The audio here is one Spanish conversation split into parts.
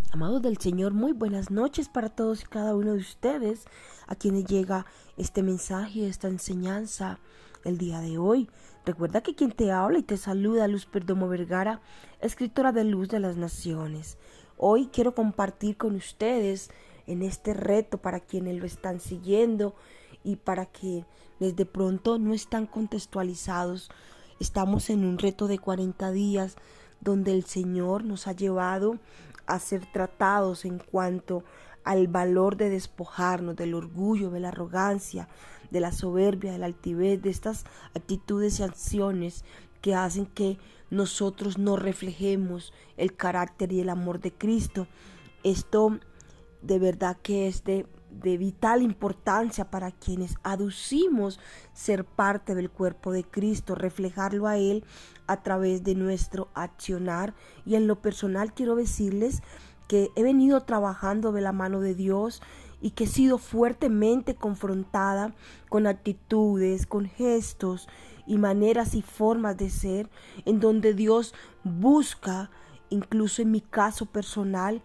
Amados del Señor, muy buenas noches para todos y cada uno de ustedes a quienes llega este mensaje, esta enseñanza el día de hoy. Recuerda que quien te habla y te saluda, Luz Perdomo Vergara, escritora de Luz de las Naciones. Hoy quiero compartir con ustedes en este reto para quienes lo están siguiendo y para que desde pronto no están contextualizados. Estamos en un reto de 40 días donde el Señor nos ha llevado a ser tratados en cuanto al valor de despojarnos del orgullo, de la arrogancia, de la soberbia, de la altivez, de estas actitudes y acciones que hacen que nosotros no reflejemos el carácter y el amor de Cristo. Esto de verdad que es de vital importancia para quienes aducimos ser parte del cuerpo de Cristo, reflejarlo a Él a través de nuestro accionar. Y en lo personal quiero decirles que he venido trabajando de la mano de Dios y que he sido fuertemente confrontada con actitudes, con gestos y maneras y formas de ser en donde Dios busca, incluso en mi caso personal,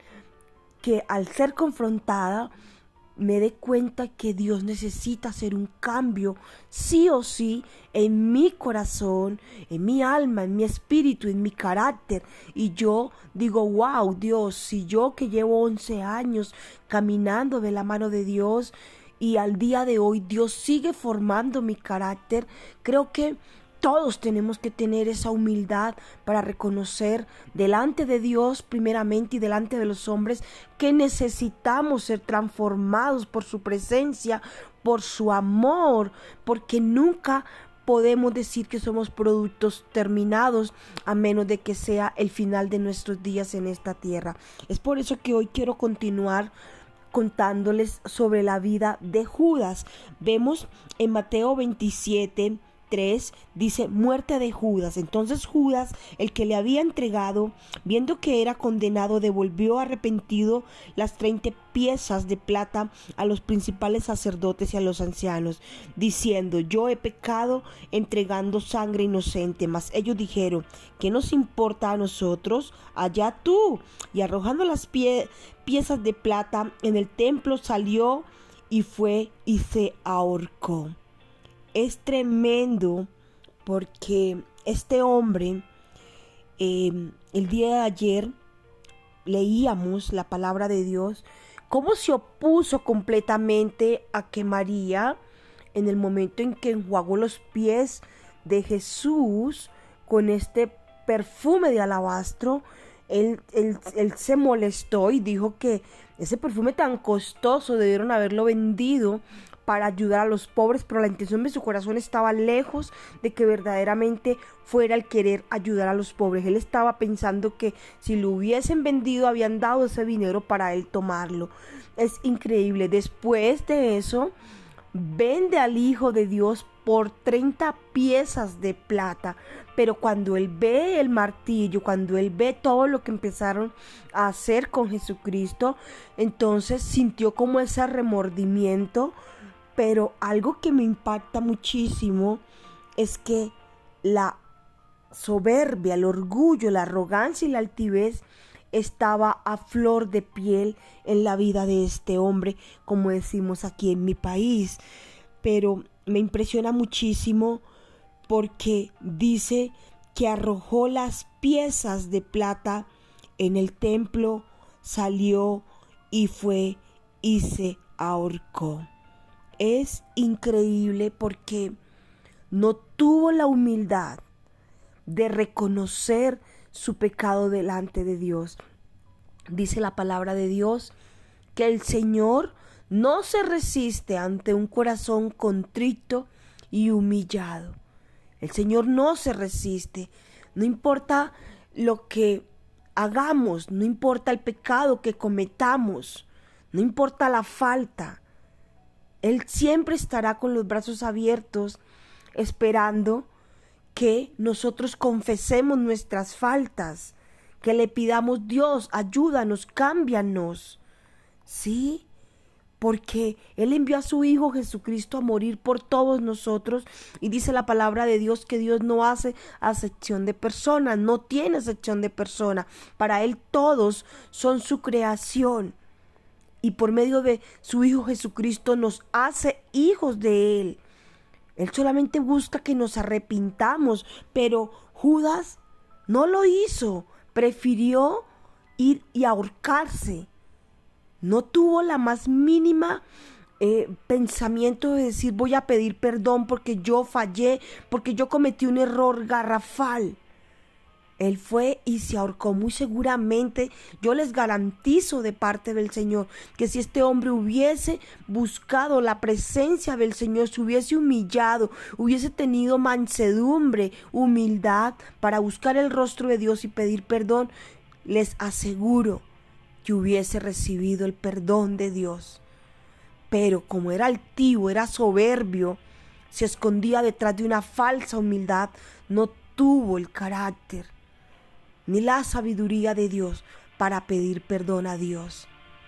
que al ser confrontada me dé cuenta que Dios necesita hacer un cambio sí o sí en mi corazón, en mi alma, en mi espíritu, en mi carácter. Y yo digo, wow, Dios, si yo que llevo 11 años caminando de la mano de Dios y al día de hoy Dios sigue formando mi carácter, creo que todos tenemos que tener esa humildad para reconocer delante de Dios primeramente y delante de los hombres que necesitamos ser transformados por su presencia, por su amor, porque nunca podemos decir que somos productos terminados a menos de que sea el final de nuestros días en esta tierra. Es por eso que hoy quiero continuar contándoles sobre la vida de Judas. Vemos en Mateo 27:3 dice muerte de Judas. Entonces Judas, el que le había entregado, viendo que era condenado, devolvió arrepentido las 30 piezas de plata a los principales sacerdotes y a los ancianos, diciendo: yo he pecado entregando sangre inocente. Mas ellos dijeron: ¿qué nos importa a nosotros? Allá tú. Y arrojando las piezas de plata en el templo, salió y fue y se ahorcó. Es tremendo porque este hombre, el día de ayer leíamos la palabra de Dios, cómo se opuso completamente a que María, en el momento en que enjuagó los pies de Jesús con este perfume de alabastro, él se molestó y dijo que ese perfume tan costoso debieron haberlo vendido para ayudar a los pobres, pero la intención de su corazón estaba lejos de que verdaderamente fuera el querer ayudar a los pobres. Él estaba pensando que si lo hubiesen vendido, habían dado ese dinero para él tomarlo. Es increíble. Después de eso, vende al Hijo de Dios por 30 piezas de plata. Pero cuando él ve el martillo, cuando él ve todo lo que empezaron a hacer con Jesucristo, entonces sintió como ese remordimiento. Pero algo que me impacta muchísimo es que la soberbia, el orgullo, la arrogancia y la altivez estaba a flor de piel en la vida de este hombre, como decimos aquí en mi país. Pero me impresiona muchísimo porque dice que arrojó las piezas de plata en el templo, salió y fue y se ahorcó. Es increíble porque no tuvo la humildad de reconocer su pecado delante de Dios. Dice la palabra de Dios que el Señor no se resiste ante un corazón contrito y humillado. El Señor no se resiste. No importa lo que hagamos, no importa el pecado que cometamos, no importa la falta. Él siempre estará con los brazos abiertos, esperando que nosotros confesemos nuestras faltas, que le pidamos: Dios, ayúdanos, cámbianos. ¿Sí? porque Él envió a su Hijo Jesucristo a morir por todos nosotros, y dice la palabra de Dios que Dios no hace acepción de personas, no tiene acepción de personas. Para Él todos son su creación, y por medio de su Hijo Jesucristo nos hace hijos de Él. Él solamente busca que nos arrepintamos, pero Judas no lo hizo, prefirió ir y ahorcarse. No tuvo la más mínima pensamiento de decir voy a pedir perdón porque yo fallé, porque yo cometí un error garrafal. Él fue y se ahorcó. Muy seguramente yo les garantizo de parte del Señor que si este hombre hubiese buscado la presencia del Señor, se hubiese humillado, hubiese tenido mansedumbre, humildad para buscar el rostro de Dios y pedir perdón, les aseguro que hubiese recibido el perdón de Dios. Pero como era altivo, era soberbio, se escondía detrás de una falsa humildad, no tuvo el carácter ni la sabiduría de Dios para pedir perdón a Dios.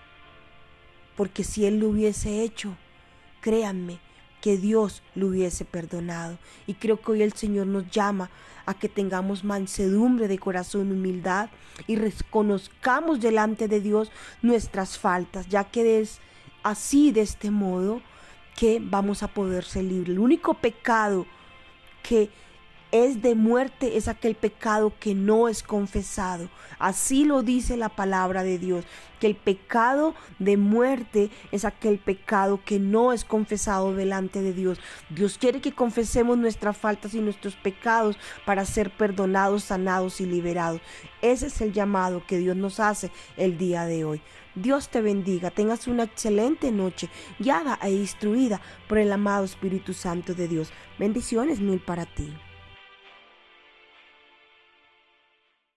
Porque si él lo hubiese hecho, créanme que Dios lo hubiese perdonado. Y creo que hoy el Señor nos llama a que tengamos mansedumbre de corazón, humildad, y reconozcamos delante de Dios nuestras faltas, ya que es así, de este modo, que vamos a poder ser libres. El único pecado que es de muerte es aquel pecado que no es confesado. Así lo dice la palabra de Dios, que el pecado de muerte es aquel pecado que no es confesado delante de Dios. Dios quiere que confesemos nuestras faltas y nuestros pecados para ser perdonados, sanados y liberados. Ese es el llamado que Dios nos hace el día de hoy. Dios te bendiga, tengas una excelente noche, guiada e instruida por el amado Espíritu Santo de Dios. Bendiciones mil para ti.